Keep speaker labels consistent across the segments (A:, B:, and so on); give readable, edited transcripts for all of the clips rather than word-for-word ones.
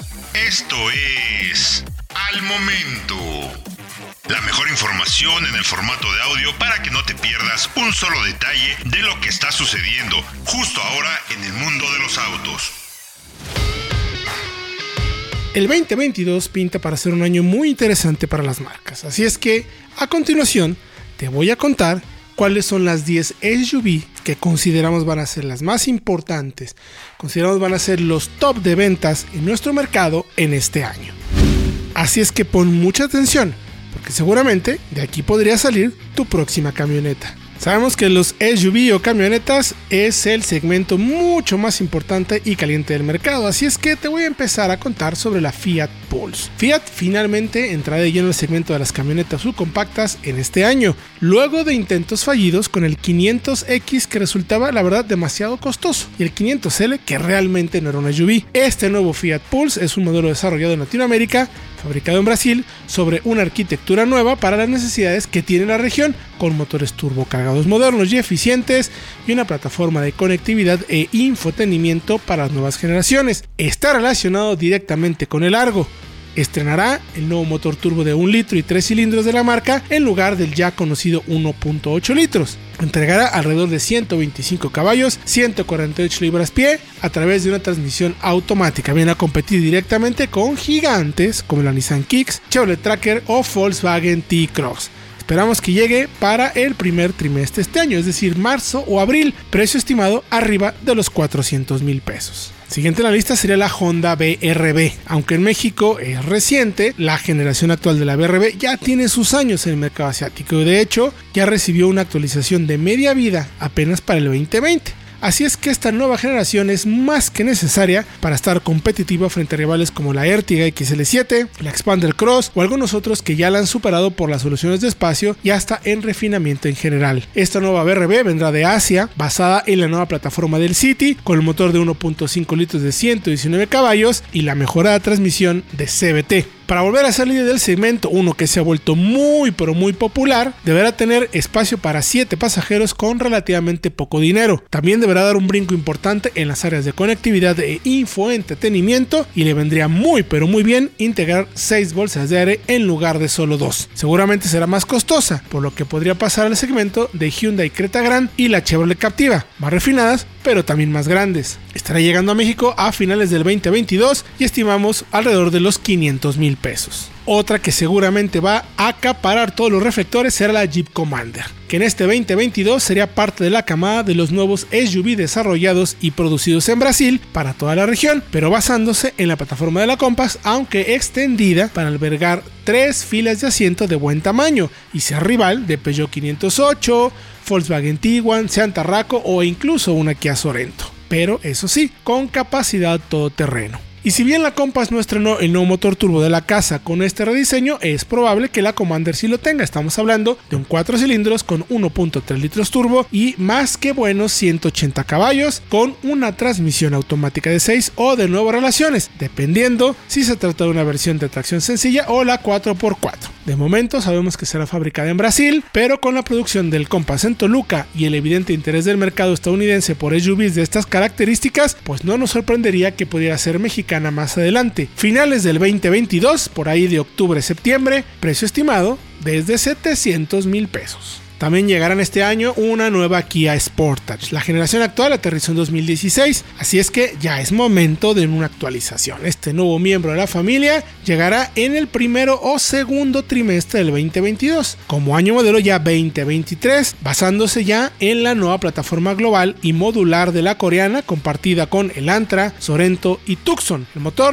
A: Esto es Al Momento. La mejor información en el formato de audio para que no te pierdas un solo detalle de lo que está sucediendo justo ahora en el mundo de los autos.
B: El 2022 pinta para ser un año muy interesante para las marcas, así es que a continuación te voy a contar cuáles son las 10 SUV que consideramos van a ser las más importantes, consideramos van a ser los top de ventas en nuestro mercado en este año. Así es que pon mucha atención, porque seguramente de aquí podría salir tu próxima camioneta. Sabemos que los SUV o camionetas es el segmento mucho más importante y caliente del mercado, así es que te voy a empezar a contar sobre la Fiat Pulse. Fiat finalmente entrará de lleno en el segmento de las camionetas subcompactas en este año, luego de intentos fallidos con el 500X que resultaba la verdad demasiado costoso y el 500L que realmente no era una SUV. Este nuevo Fiat Pulse es un modelo desarrollado en Latinoamérica, fabricado en Brasil, sobre una arquitectura nueva para las necesidades que tiene la región, con motores turbocargados modernos y eficientes y una plataforma de conectividad e infotenimiento para las nuevas generaciones. Está relacionado directamente con el Argo. Estrenará el nuevo motor turbo de 1 litro y 3 cilindros de la marca en lugar del ya conocido 1.8 litros. Entregará alrededor de 125 caballos, 148 libras-pie a través de una transmisión automática. Viene a competir directamente con gigantes como la Nissan Kicks, Chevrolet Tracker o Volkswagen T-Cross. Esperamos que llegue para el primer trimestre de este año, es decir, marzo o abril, precio estimado arriba de los 400,000 pesos. Siguiente en la lista sería la Honda BRV. Aunque en México es reciente, la generación actual de la BRV ya tiene sus años en el mercado asiático y de hecho ya recibió una actualización de media vida apenas para el 2020. Así es que esta nueva generación es más que necesaria para estar competitiva frente a rivales como la Ertiga XL7, la Expander Cross o algunos otros que ya la han superado por las soluciones de espacio y hasta en refinamiento en general. Esta nueva BRV vendrá de Asia, basada en la nueva plataforma del City, con el motor de 1.5 litros de 119 caballos y la mejorada transmisión de CVT. Para volver a ser líder del segmento, uno que se ha vuelto muy popular, deberá tener espacio para 7 pasajeros con relativamente poco dinero. También deberá dar un brinco importante en las áreas de conectividad e infoentretenimiento y le vendría muy bien integrar 6 bolsas de aire en lugar de solo 2. Seguramente será más costosa, por lo que podría pasar al segmento de Hyundai Creta Grand y la Chevrolet Captiva, más refinadas pero también más grandes. Estará llegando a México a finales del 2022 y estimamos alrededor de los 500,000 pesos. Otra que seguramente va a acaparar todos los reflectores será la Jeep Commander, que en este 2022 sería parte de la camada de los nuevos SUV desarrollados y producidos en Brasil para toda la región, pero basándose en la plataforma de la Compass, aunque extendida para albergar 3 filas de asiento de buen tamaño y ser rival de Peugeot 508, Volkswagen Tiguan, Seat Tarraco o incluso una Kia Sorento, pero eso sí, con capacidad todoterreno. Y si bien la Compass no estrenó el nuevo motor turbo de la casa con este rediseño, es probable que la Commander sí lo tenga. Estamos hablando de un 4 cilindros con 1.3 litros turbo y más que buenos 180 caballos con una transmisión automática de 6 o de 9 relaciones, dependiendo si se trata de una versión de tracción sencilla o la 4x4. De momento sabemos que será fabricada en Brasil, pero con la producción del Compass en Toluca y el evidente interés del mercado estadounidense por SUVs de estas características, pues no nos sorprendería que pudiera ser mexicana más adelante. Finales del 2022, por ahí de octubre-septiembre, precio estimado desde 700,000 pesos. También llegarán este año una nueva Kia Sportage. La generación actual aterrizó en 2016, así es que ya es momento de una actualización. Este nuevo miembro de la familia llegará en el primero o segundo trimestre del 2022, como año modelo ya 2023, basándose ya en la nueva plataforma global y modular de la coreana, compartida con el Antra, Sorento y Tucson. El motor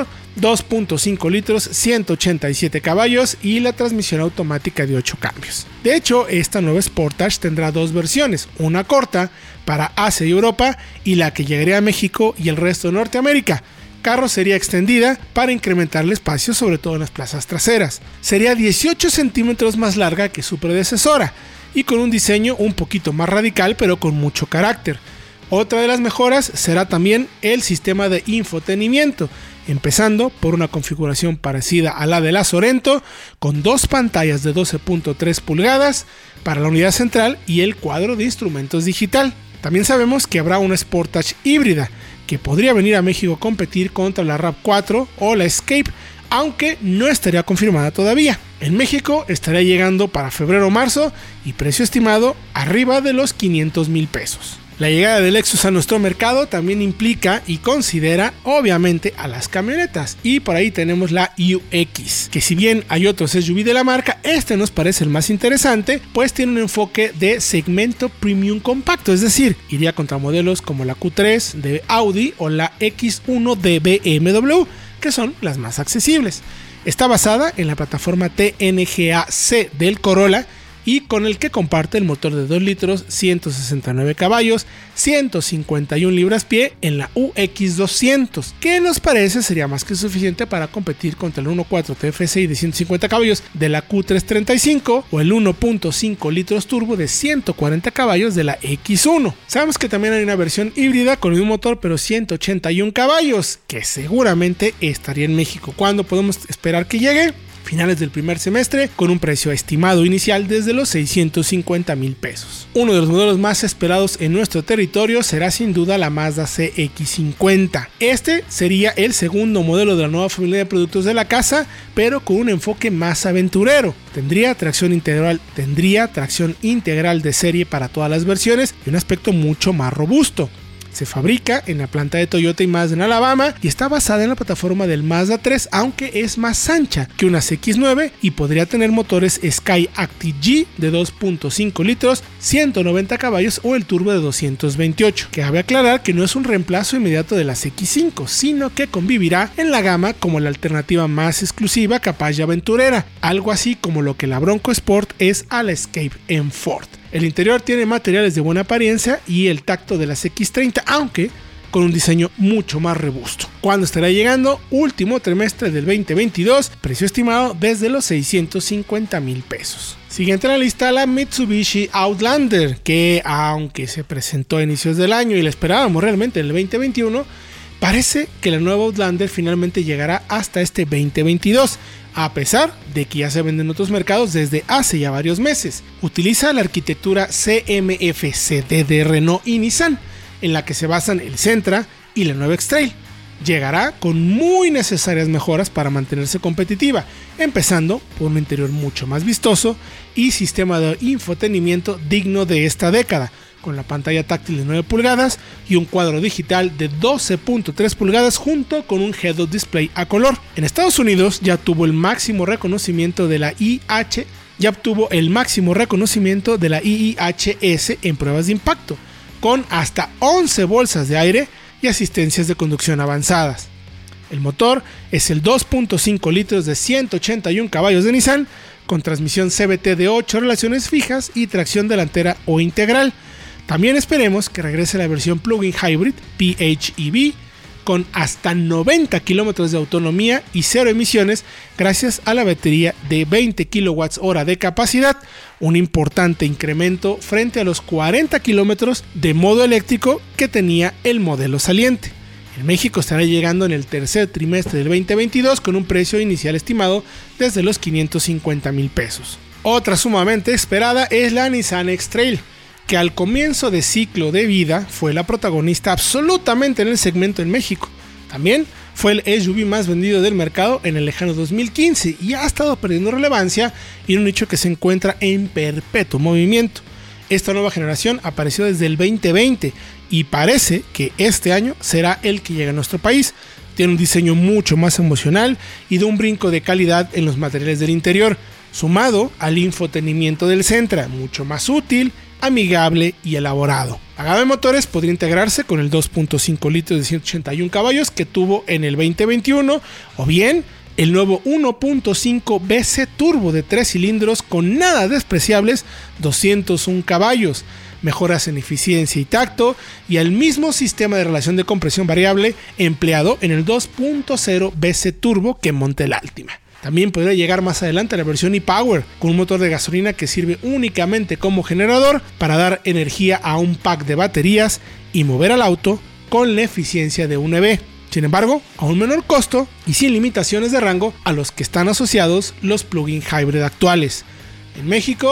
B: 2.5 litros, 187 caballos y la transmisión automática de 8 cambios. De hecho, esta nueva Sportage tendrá 2 versiones, una corta para Asia y Europa y la que llegaría a México y el resto de Norteamérica. Carrocería extendida para incrementar el espacio, sobre todo en las plazas traseras. Sería 18 centímetros más larga que su predecesora y con un diseño un poquito más radical pero con mucho carácter. Otra de las mejoras será también el sistema de infotenimiento, empezando por una configuración parecida a la de la Sorento, con 2 pantallas de 12.3 pulgadas para la unidad central y el cuadro de instrumentos digital. También sabemos que habrá una Sportage híbrida, que podría venir a México a competir contra la RAV4 o la Escape, aunque no estaría confirmada todavía. En México estaría llegando para febrero o marzo y precio estimado arriba de los 500,000 pesos. La llegada del Lexus a nuestro mercado también implica y considera obviamente a las camionetas, y por ahí tenemos la UX, que si bien hay otros SUV de la marca, este nos parece el más interesante, pues tiene un enfoque de segmento premium compacto, es decir, iría contra modelos como la Q3 de Audi o la X1 de BMW, que son las más accesibles. Está basada en la plataforma TNGA-C del Corolla y con el que comparte el motor de 2 litros, 169 caballos, 151 libras-pie en la UX200, que nos parece sería más que suficiente para competir contra el 1.4 TFSI de 150 caballos de la Q335 o el 1.5 litros turbo de 140 caballos de la X1. Sabemos que también hay una versión híbrida con el mismo motor pero 181 caballos, que seguramente estaría en México. ¿Cuándo podemos esperar que llegue? Finales del primer semestre, con un precio estimado inicial desde los 650,000 pesos. Uno de los modelos más esperados en nuestro territorio será sin duda la Mazda CX-50. Este sería el segundo modelo de la nueva familia de productos de la casa, pero con un enfoque más aventurero. Tendría tracción integral de serie para todas las versiones y un aspecto mucho más robusto. Se fabrica en la planta de Toyota y Mazda en Alabama y está basada en la plataforma del Mazda 3, aunque es más ancha que una CX-9 y podría tener motores Skyactiv-G de 2.5 litros, 190 caballos o el turbo de 228. Cabe aclarar que no es un reemplazo inmediato de la CX-5, sino que convivirá en la gama como la alternativa más exclusiva, capaz y aventurera, algo así como lo que la Bronco Sport es a la Escape en Ford. El interior tiene materiales de buena apariencia y el tacto de las X30, aunque con un diseño mucho más robusto. ¿Cuándo estará llegando? Último trimestre del 2022, precio estimado desde los 650,000 pesos. Siguiente en la lista, la Mitsubishi Outlander, que aunque se presentó a inicios del año y la esperábamos realmente en el 2021, parece que la nueva Outlander finalmente llegará hasta este 2022. A pesar de que ya se vende en otros mercados desde hace ya varios meses. Utiliza la arquitectura CMF-CD de Renault y Nissan, en la que se basan el Sentra y la nueva X-Trail. Llegará con muy necesarias mejoras para mantenerse competitiva, empezando por un interior mucho más vistoso y sistema de infotenimiento digno de esta década, con la pantalla táctil de 9 pulgadas y un cuadro digital de 12.3 pulgadas junto con un head-up display a color. En Estados Unidos ya obtuvo el máximo reconocimiento de la IIHS en pruebas de impacto, con hasta 11 bolsas de aire y asistencias de conducción avanzadas. El motor es el 2.5 litros de 181 caballos de Nissan, con transmisión CVT de 8 relaciones fijas y tracción delantera o integral. También esperemos que regrese la versión plug-in hybrid PHEV con hasta 90 kilómetros de autonomía y 0 emisiones gracias a la batería de 20 kWh de capacidad, un importante incremento frente a los 40 kilómetros de modo eléctrico que tenía el modelo saliente. En México estará llegando en el tercer trimestre del 2022 con un precio inicial estimado desde los 550,000 pesos. Otra sumamente esperada es la Nissan X-Trail, que al comienzo de ciclo de vida fue la protagonista absolutamente en el segmento en México. También fue el SUV más vendido del mercado en el lejano 2015 y ha estado perdiendo relevancia en un nicho que se encuentra en perpetuo movimiento. Esta nueva generación apareció desde el 2020 y parece que este año será el que llega a nuestro país. Tiene un diseño mucho más emocional y de un brinco de calidad en los materiales del interior, sumado al infotenimiento del Sentra, mucho más útil, amigable y elaborado. La gama de motores podría integrarse con el 2.5 litros de 181 caballos que tuvo en el 2021 o bien el nuevo 1.5 BC Turbo de 3 cilindros con nada despreciables 201 caballos, mejoras en eficiencia y tacto y el mismo sistema de relación de compresión variable empleado en el 2.0 BC Turbo que monta el Altima. También podría llegar más adelante a la versión e-Power, con un motor de gasolina que sirve únicamente como generador para dar energía a un pack de baterías y mover al auto con la eficiencia de un EV. Sin embargo, a un menor costo y sin limitaciones de rango a los que están asociados los plug-in hybrid actuales. En México,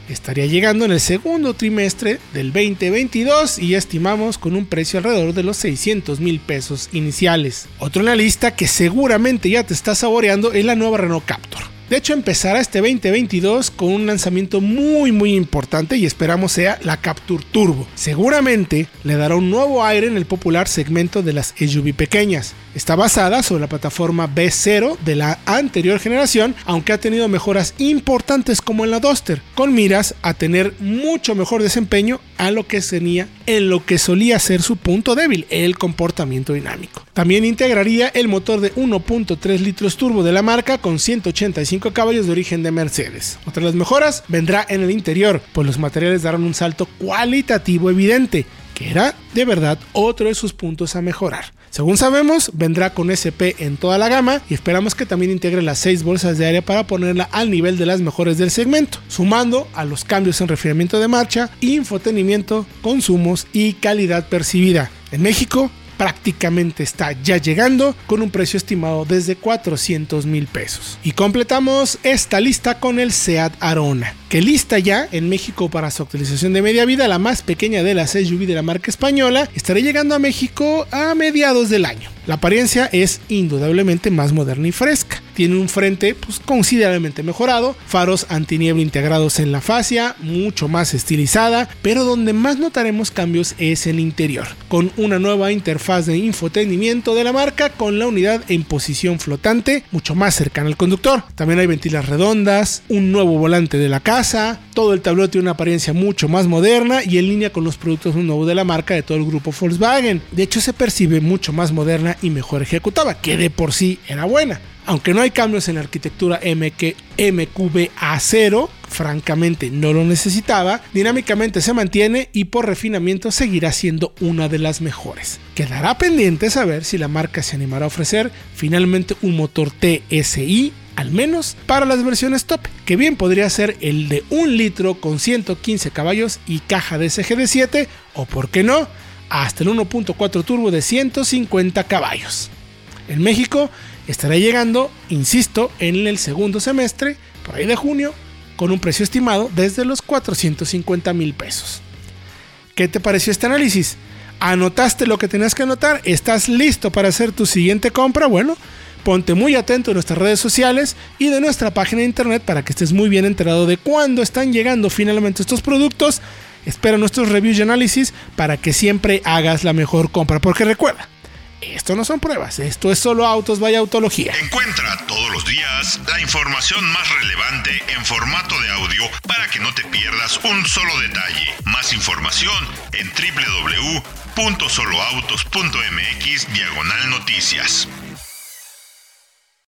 B: estaría llegando en el segundo trimestre del 2022 y estimamos con un precio alrededor de los 600,000 pesos iniciales. Otro en la lista que seguramente ya te está saboreando es la nueva Renault Captur. De hecho, empezará este 2022 con un lanzamiento muy importante y esperamos sea la Captur Turbo. Seguramente le dará un nuevo aire en el popular segmento de las SUV pequeñas. Está basada sobre la plataforma B0 de la anterior generación, aunque ha tenido mejoras importantes como en la Duster, con miras a tener mucho mejor desempeño en lo que solía ser su punto débil, el comportamiento dinámico. También integraría el motor de 1.3 litros turbo de la marca con 185 caballos de origen de Mercedes. Otra de las mejoras vendrá en el interior, pues los materiales darán un salto cualitativo evidente, que era de verdad otro de sus puntos a mejorar. Según sabemos, vendrá con SP en toda la gama y esperamos que también integre las 6 bolsas de aire para ponerla al nivel de las mejores del segmento, sumando a los cambios en refrigeramiento de marcha, infotenimiento, consumos y calidad percibida. En México prácticamente está ya llegando con un precio estimado desde 400,000 pesos. Y completamos esta lista con el Seat Arona, que lista ya en México para su actualización de media vida, la más pequeña de las SUV de la marca española, estará llegando a México a mediados del año. La apariencia es indudablemente más moderna y fresca. Tiene un frente considerablemente mejorado, faros antiniebla integrados en la fascia, mucho más estilizada, pero donde más notaremos cambios es en el interior, con una nueva interfaz de infotenimiento de la marca con la unidad en posición flotante, mucho más cercana al conductor. También hay ventilas redondas, un nuevo volante de la casa, todo el tablero tiene una apariencia mucho más moderna y en línea con los productos nuevos de la marca de todo el grupo Volkswagen. De hecho, se percibe mucho más moderna y mejor ejecutada, que de por sí era buena. Aunque no hay cambios en la arquitectura MQB-A0, francamente no lo necesitaba, dinámicamente se mantiene y por refinamiento seguirá siendo una de las mejores. Quedará pendiente saber si la marca se animará a ofrecer finalmente un motor TSI, al menos para las versiones top, que bien podría ser el de 1 litro con 115 caballos y caja DSG de 7, o por qué no, hasta el 1.4 turbo de 150 caballos. En México estará llegando, insisto, en el segundo semestre, por ahí de junio, con un precio estimado desde los 450,000 pesos. ¿Qué te pareció este análisis? ¿Anotaste lo que tenías que anotar? ¿Estás listo para hacer tu siguiente compra? Bueno, ponte muy atento de nuestras redes sociales y de nuestra página de internet para que estés muy bien enterado de cuándo están llegando finalmente estos productos. Espera nuestros reviews y análisis para que siempre hagas la mejor compra, porque recuerda, esto no son pruebas, esto es solo Autos by Autología.
A: Encuentra todos los días la información más relevante en formato de audio para que no te pierdas un solo detalle. Más información en www.soloautos.mx/noticias.